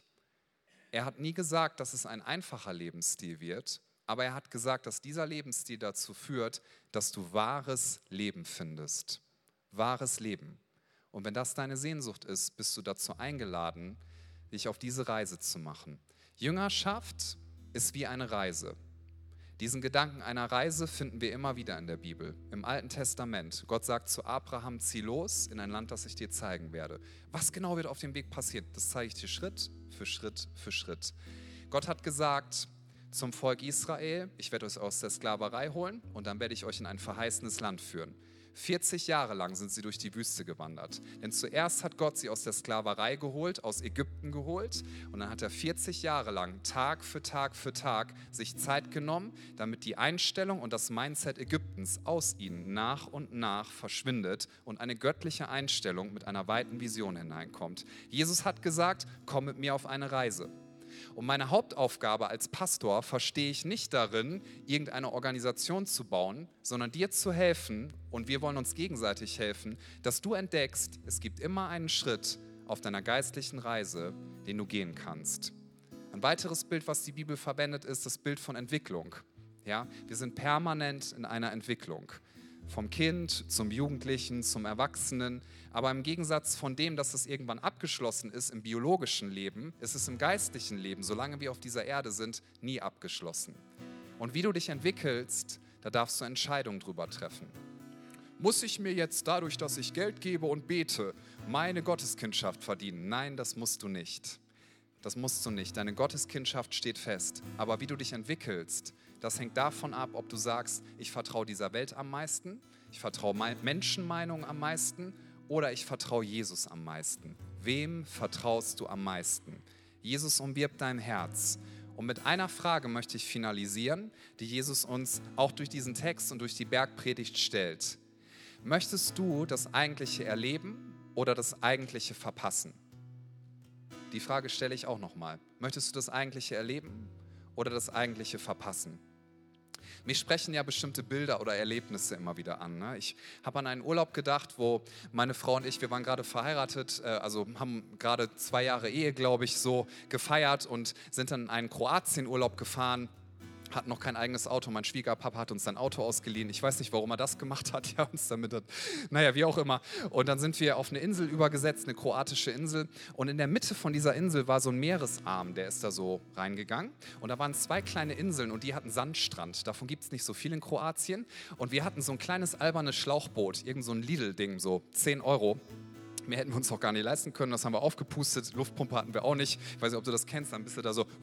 Er hat nie gesagt, dass es ein einfacher Lebensstil wird, aber er hat gesagt, dass dieser Lebensstil dazu führt, dass du wahres Leben findest. Wahres Leben. Und wenn das deine Sehnsucht ist, bist du dazu eingeladen, dich auf diese Reise zu machen. Jüngerschaft ist wie eine Reise. Diesen Gedanken einer Reise finden wir immer wieder in der Bibel, im Alten Testament. Gott sagt zu Abraham, zieh los in ein Land, das ich dir zeigen werde. Was genau wird auf dem Weg passieren? Das zeige ich dir Schritt für Schritt für Schritt. Gott hat gesagt zum Volk Israel, ich werde euch aus der Sklaverei holen und dann werde ich euch in ein verheißenes Land führen. vierzig Jahre lang sind sie durch die Wüste gewandert. Denn zuerst hat Gott sie aus der Sklaverei geholt, aus Ägypten geholt. Und dann hat er vierzig Jahre lang, Tag für Tag für Tag, sich Zeit genommen, damit die Einstellung und das Mindset Ägyptens aus ihnen nach und nach verschwindet und eine göttliche Einstellung mit einer weiten Vision hineinkommt. Jesus hat gesagt, komm mit mir auf eine Reise. Und meine Hauptaufgabe als Pastor verstehe ich nicht darin, irgendeine Organisation zu bauen, sondern dir zu helfen, und wir wollen uns gegenseitig helfen, dass du entdeckst, es gibt immer einen Schritt auf deiner geistlichen Reise, den du gehen kannst. Ein weiteres Bild, was die Bibel verwendet, ist das Bild von Entwicklung. Ja, wir sind permanent in einer Entwicklung. vom Kind zum Jugendlichen, zum Erwachsenen. Aber im Gegensatz von dem, dass es irgendwann abgeschlossen ist im biologischen Leben, ist es im geistlichen Leben, solange wir auf dieser Erde sind, nie abgeschlossen. Und wie du dich entwickelst, da darfst du Entscheidungen drüber treffen. Muss ich mir jetzt dadurch, dass ich Geld gebe und bete, meine Gotteskindschaft verdienen? Nein, das musst du nicht. Das musst du nicht. Deine Gotteskindschaft steht fest. Aber wie du dich entwickelst, das hängt davon ab, ob du sagst, ich vertraue dieser Welt am meisten, ich vertraue Menschenmeinungen am meisten oder ich vertraue Jesus am meisten. Wem vertraust du am meisten? Jesus umwirbt dein Herz. Und mit einer Frage möchte ich finalisieren, die Jesus uns auch durch diesen Text und durch die Bergpredigt stellt. Möchtest du das Eigentliche erleben oder das Eigentliche verpassen? Die Frage stelle ich auch nochmal. Möchtest du das Eigentliche erleben oder das Eigentliche verpassen? Mich sprechen ja bestimmte Bilder oder Erlebnisse immer wieder an. Ne? Ich habe an einen Urlaub gedacht, wo meine Frau und ich, wir waren gerade verheiratet, äh, also haben gerade zwei Jahre Ehe, glaube ich, so gefeiert und sind dann in einen Kroatien-Urlaub gefahren. Hatten noch kein eigenes Auto. Mein Schwiegerpapa hat uns sein Auto ausgeliehen. Ich weiß nicht, warum er das gemacht hat. Ja, uns damit hat. Naja, wie auch immer. Und dann sind wir auf eine Insel übergesetzt, eine kroatische Insel. Und in der Mitte von dieser Insel war so ein Meeresarm, der ist da so reingegangen. Und da waren zwei kleine Inseln und die hatten Sandstrand. Davon gibt es nicht so viel in Kroatien. Und wir hatten so ein kleines albernes Schlauchboot, irgend so ein Lidl-Ding, so zehn Euro. Mehr hätten wir uns auch gar nicht leisten können, das haben wir aufgepustet, Luftpumpe hatten wir auch nicht. Ich weiß nicht, ob du das kennst, dann bist du da so,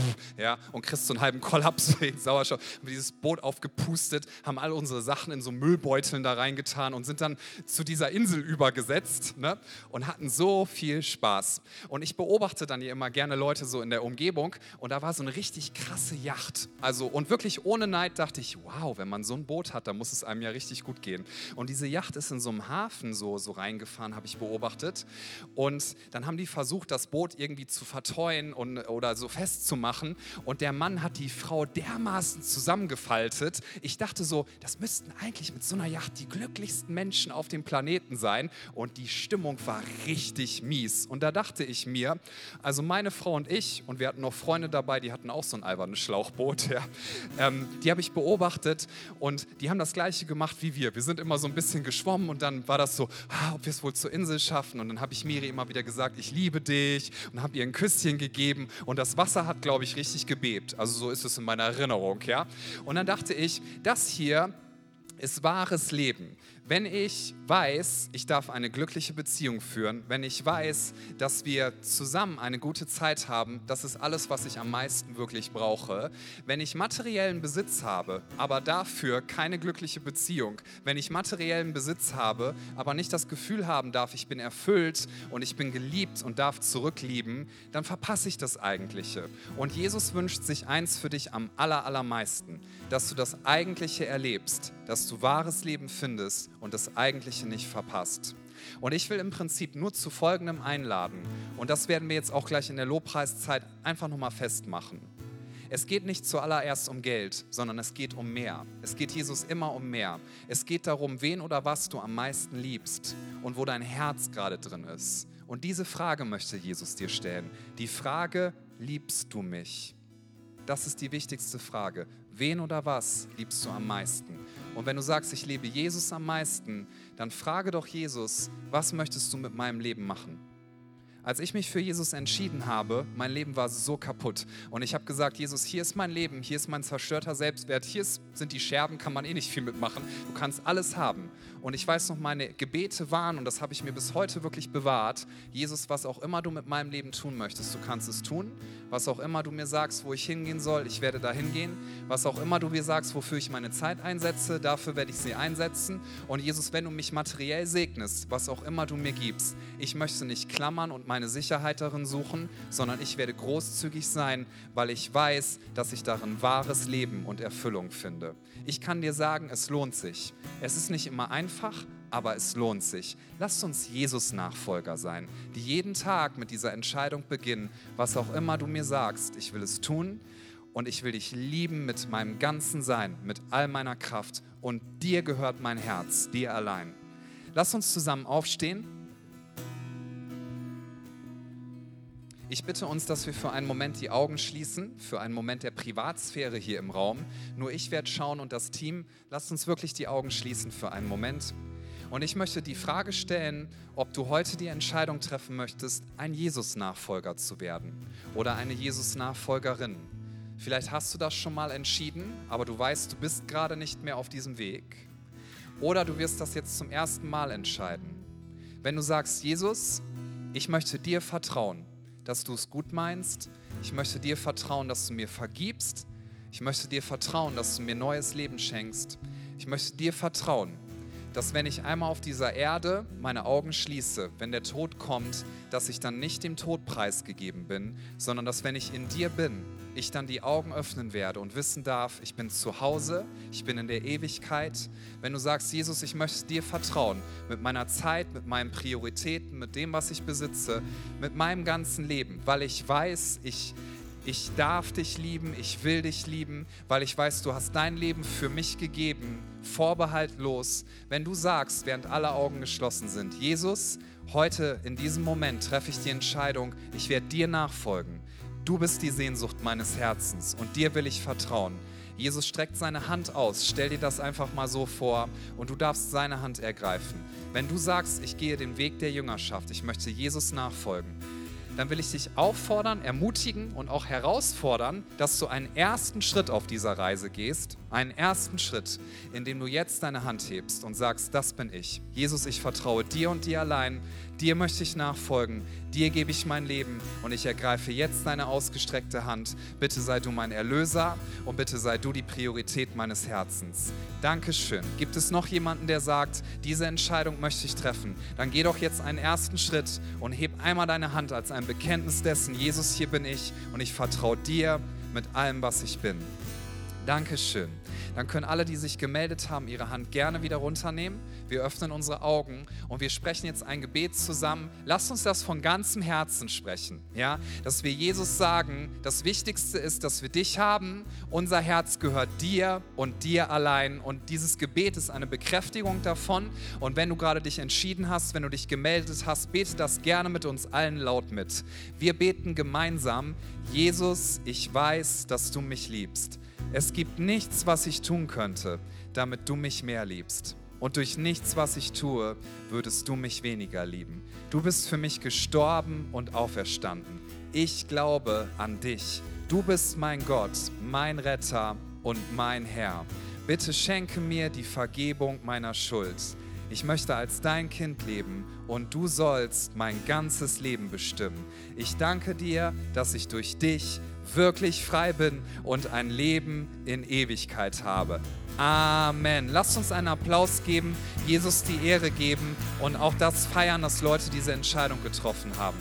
ja, und kriegst so einen halben Kollaps wegen Sauerstoff. Haben wir dieses Boot aufgepustet, haben all unsere Sachen in so Müllbeuteln da reingetan und sind dann zu dieser Insel übergesetzt, ne, und hatten so viel Spaß. Und ich beobachte dann hier immer gerne Leute so in der Umgebung und da war so eine richtig krasse Yacht. Also, und wirklich ohne Neid dachte ich, wow, wenn man so ein Boot hat, dann muss es einem ja richtig gut gehen. Und diese Yacht ist in so einem Hafen so, so reingefahren, habe ich beobachtet. beobachtet und dann haben die versucht, das Boot irgendwie zu verteuen und, oder so festzumachen und der Mann hat die Frau dermaßen zusammengefaltet. Ich dachte so, das müssten eigentlich mit so einer Yacht die glücklichsten Menschen auf dem Planeten sein und die Stimmung war richtig mies und da dachte ich mir, also meine Frau und ich und wir hatten noch Freunde dabei, die hatten auch so ein albernes Schlauchboot, ja, ähm, die habe ich beobachtet und die haben das Gleiche gemacht wie wir. Wir sind immer so ein bisschen geschwommen und dann war das so, ah, ob wir es wohl zur Insel schaffen und dann habe ich Miri immer wieder gesagt, ich liebe dich und habe ihr ein Küsschen gegeben und das Wasser hat, glaube ich, richtig gebebt. Also so ist es in meiner Erinnerung, ja. Und dann dachte ich, das hier ist wahres Leben. Wenn ich weiß, ich darf eine glückliche Beziehung führen, wenn ich weiß, dass wir zusammen eine gute Zeit haben, das ist alles, was ich am meisten wirklich brauche. Wenn ich materiellen Besitz habe, aber dafür keine glückliche Beziehung, wenn ich materiellen Besitz habe, aber nicht das Gefühl haben darf, ich bin erfüllt und ich bin geliebt und darf zurücklieben, dann verpasse ich das Eigentliche. Und Jesus wünscht sich eins für dich am aller, allermeisten, dass du das Eigentliche erlebst, dass du wahres Leben findest und das Eigentliche nicht verpasst. Und ich will im Prinzip nur zu Folgendem einladen. Und das werden wir jetzt auch gleich in der Lobpreiszeit einfach nochmal festmachen. Es geht nicht zuallererst um Geld, sondern es geht um mehr. Es geht Jesus immer um mehr. Es geht darum, wen oder was du am meisten liebst und wo dein Herz gerade drin ist. Und diese Frage möchte Jesus dir stellen. Die Frage, liebst du mich? Das ist die wichtigste Frage. Wen oder was liebst du am meisten? Und wenn du sagst, ich liebe Jesus am meisten, dann frage doch Jesus, was möchtest du mit meinem Leben machen? Als ich mich für Jesus entschieden habe, mein Leben war so kaputt. Und ich habe gesagt, Jesus, hier ist mein Leben, hier ist mein zerstörter Selbstwert, hier ist, sind die Scherben, kann man eh nicht viel mitmachen. Du kannst alles haben. Und ich weiß noch, meine Gebete waren, und das habe ich mir bis heute wirklich bewahrt, Jesus, was auch immer du mit meinem Leben tun möchtest, du kannst es tun. Was auch immer du mir sagst, wo ich hingehen soll, ich werde da hingehen. Was auch immer du mir sagst, wofür ich meine Zeit einsetze, dafür werde ich sie einsetzen. Und Jesus, wenn du mich materiell segnest, was auch immer du mir gibst, ich möchte nicht klammern und meine Sicherheit darin suchen, sondern ich werde großzügig sein, weil ich weiß, dass ich darin wahres Leben und Erfüllung finde. Ich kann dir sagen, es lohnt sich. Es ist nicht immer einfach, aber es lohnt sich. Lasst uns Jesus-Nachfolger sein, die jeden Tag mit dieser Entscheidung beginnen, was auch immer du mir sagst, ich will es tun und ich will dich lieben mit meinem ganzen Sein, mit all meiner Kraft und dir gehört mein Herz, dir allein. Lasst uns zusammen aufstehen Ich bitte uns, dass wir für einen Moment die Augen schließen, für einen Moment der Privatsphäre hier im Raum. Nur ich werde schauen und das Team, lasst uns wirklich die Augen schließen für einen Moment. Und ich möchte die Frage stellen, ob du heute die Entscheidung treffen möchtest, ein Jesus-Nachfolger zu werden oder eine Jesus-Nachfolgerin. Vielleicht hast du das schon mal entschieden, aber du weißt, du bist gerade nicht mehr auf diesem Weg. Oder du wirst das jetzt zum ersten Mal entscheiden. Wenn du sagst, Jesus, ich möchte dir vertrauen, dass du es gut meinst. Ich möchte dir vertrauen, dass du mir vergibst. Ich möchte dir vertrauen, dass du mir neues Leben schenkst. Ich möchte dir vertrauen, dass wenn ich einmal auf dieser Erde meine Augen schließe, wenn der Tod kommt, dass ich dann nicht dem Tod preisgegeben bin, sondern dass wenn ich in dir bin, ich dann die Augen öffnen werde und wissen darf, ich bin zu Hause, ich bin in der Ewigkeit. Wenn du sagst, Jesus, ich möchte dir vertrauen, mit meiner Zeit, mit meinen Prioritäten, mit dem, was ich besitze, mit meinem ganzen Leben, weil ich weiß, ich, ich darf dich lieben, ich will dich lieben, weil ich weiß, du hast dein Leben für mich gegeben, vorbehaltlos. Wenn du sagst, während alle Augen geschlossen sind, Jesus, heute in diesem Moment treffe ich die Entscheidung, ich werde dir nachfolgen. Du bist die Sehnsucht meines Herzens und dir will ich vertrauen. Jesus streckt seine Hand aus, stell dir das einfach mal so vor und du darfst seine Hand ergreifen. Wenn du sagst, ich gehe den Weg der Jüngerschaft, ich möchte Jesus nachfolgen, dann will ich dich auffordern, ermutigen und auch herausfordern, dass du einen ersten Schritt auf dieser Reise gehst, einen ersten Schritt, indem du jetzt deine Hand hebst und sagst, das bin ich. Jesus, ich vertraue dir und dir allein, dir möchte ich nachfolgen, dir gebe ich mein Leben und ich ergreife jetzt deine ausgestreckte Hand. Bitte sei du mein Erlöser und bitte sei du die Priorität meines Herzens. Dankeschön. Gibt es noch jemanden, der sagt, diese Entscheidung möchte ich treffen? Dann geh doch jetzt einen ersten Schritt und heb einmal deine Hand als ein Bekenntnis dessen, Jesus, hier bin ich und ich vertraue dir mit allem, was ich bin. Dankeschön. Dann können alle, die sich gemeldet haben, ihre Hand gerne wieder runternehmen. Wir öffnen unsere Augen und wir sprechen jetzt ein Gebet zusammen. Lasst uns das von ganzem Herzen sprechen, ja? Dass wir Jesus sagen, das Wichtigste ist, dass wir dich haben. Unser Herz gehört dir und dir allein. Und dieses Gebet ist eine Bekräftigung davon. Und wenn du gerade dich entschieden hast, wenn du dich gemeldet hast, bete das gerne mit uns allen laut mit. Wir beten gemeinsam, Jesus, ich weiß, dass du mich liebst. Es gibt nichts, was ich tun könnte, damit du mich mehr liebst. Und durch nichts, was ich tue, würdest du mich weniger lieben. Du bist für mich gestorben und auferstanden. Ich glaube an dich. Du bist mein Gott, mein Retter und mein Herr. Bitte schenke mir die Vergebung meiner Schuld. Ich möchte als dein Kind leben und du sollst mein ganzes Leben bestimmen. Ich danke dir, dass ich durch dich wirklich frei bin und ein Leben in Ewigkeit habe. Amen. Lasst uns einen Applaus geben, Jesus die Ehre geben und auch das feiern, dass Leute diese Entscheidung getroffen haben.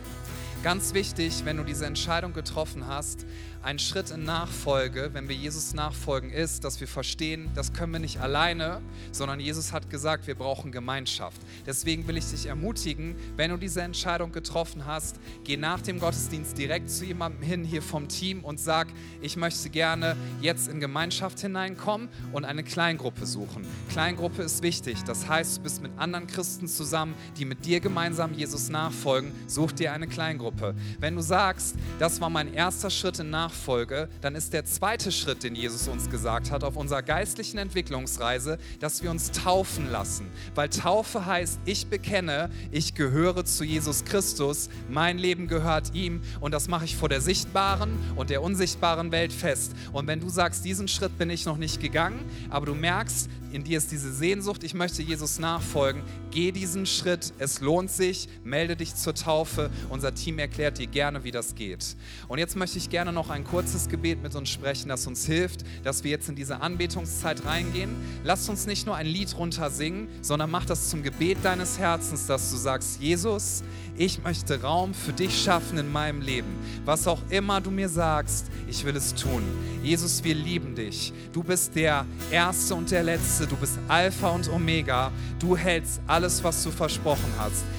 Ganz wichtig, wenn du diese Entscheidung getroffen hast, ein Schritt in Nachfolge, wenn wir Jesus nachfolgen, ist, dass wir verstehen, das können wir nicht alleine, sondern Jesus hat gesagt, wir brauchen Gemeinschaft. Deswegen will ich dich ermutigen, wenn du diese Entscheidung getroffen hast, geh nach dem Gottesdienst direkt zu jemandem hin hier vom Team und sag, ich möchte gerne jetzt in Gemeinschaft hineinkommen und eine Kleingruppe suchen. Kleingruppe ist wichtig, das heißt, du bist mit anderen Christen zusammen, die mit dir gemeinsam Jesus nachfolgen, such dir eine Kleingruppe. Wenn du sagst, das war mein erster Schritt in Nachfolge, Folge, dann ist der zweite Schritt, den Jesus uns gesagt hat auf unserer geistlichen Entwicklungsreise, dass wir uns taufen lassen. Weil Taufe heißt, ich bekenne, ich gehöre zu Jesus Christus, mein Leben gehört ihm und das mache ich vor der sichtbaren und der unsichtbaren Welt fest. Und wenn du sagst, diesen Schritt bin ich noch nicht gegangen, aber du merkst, in dir ist diese Sehnsucht, ich möchte Jesus nachfolgen, geh diesen Schritt, es lohnt sich, melde dich zur Taufe, unser Team erklärt dir gerne, wie das geht. Und jetzt möchte ich gerne noch ein kurzes Gebet mit uns sprechen, das uns hilft, dass wir jetzt in diese Anbetungszeit reingehen. Lass uns nicht nur ein Lied runter singen, sondern mach das zum Gebet deines Herzens, dass du sagst, Jesus, ich möchte Raum für dich schaffen in meinem Leben. Was auch immer du mir sagst, ich will es tun. Jesus, wir lieben dich. Du bist der Erste und der Letzte. Du bist Alpha und Omega. Du hältst alles, was du versprochen hast.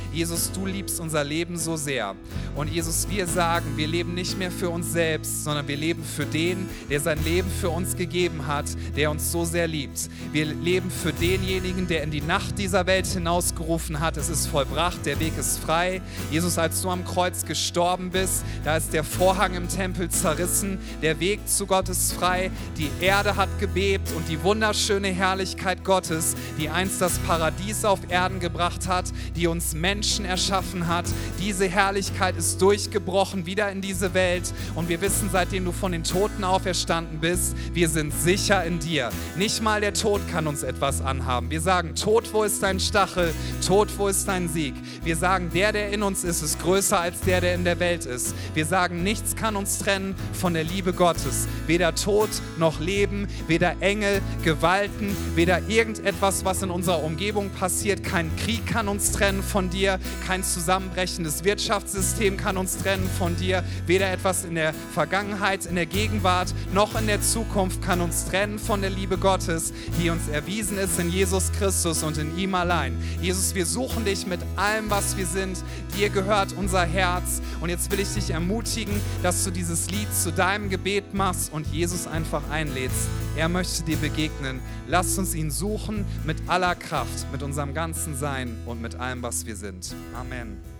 Jesus, du liebst unser Leben so sehr. Und Jesus, wir sagen, wir leben nicht mehr für uns selbst, sondern wir leben für den, der sein Leben für uns gegeben hat, der uns so sehr liebt. Wir leben für denjenigen, der in die Nacht dieser Welt hinausgerufen hat, es ist vollbracht, der Weg ist frei. Jesus, als du am Kreuz gestorben bist, da ist der Vorhang im Tempel zerrissen, der Weg zu Gott ist frei, die Erde hat gebebt und die wunderschöne Herrlichkeit Gottes, die einst das Paradies auf Erden gebracht hat, die uns Menschen erschaffen hat, diese Herrlichkeit ist durchgebrochen wieder in diese Welt und wir wissen, seitdem du von den Toten auferstanden bist, wir sind sicher in dir. Nicht mal der Tod kann uns etwas anhaben. Wir sagen, Tod, wo ist dein Stachel? Tod, wo ist dein Sieg? Wir sagen, der, der in uns ist, ist größer als der, der in der Welt ist. Wir sagen, nichts kann uns trennen von der Liebe Gottes. Weder Tod noch Leben, weder Engel, Gewalten, weder irgendetwas, was in unserer Umgebung passiert. Kein Krieg kann uns trennen von dir, kein zusammenbrechendes Wirtschaftssystem kann uns trennen von dir. Weder etwas in der Vergangenheit, in der Gegenwart, noch in der Zukunft kann uns trennen von der Liebe Gottes, die uns erwiesen ist in Jesus Christus und in ihm allein. Jesus, wir suchen dich mit allem, was wir sind. Dir gehört unser Herz. Und jetzt will ich dich ermutigen, dass du dieses Lied zu deinem Gebet machst und Jesus einfach einlädst. Er möchte dir begegnen. Lass uns ihn suchen mit aller Kraft, mit unserem ganzen Sein und mit allem, was wir sind. Amen.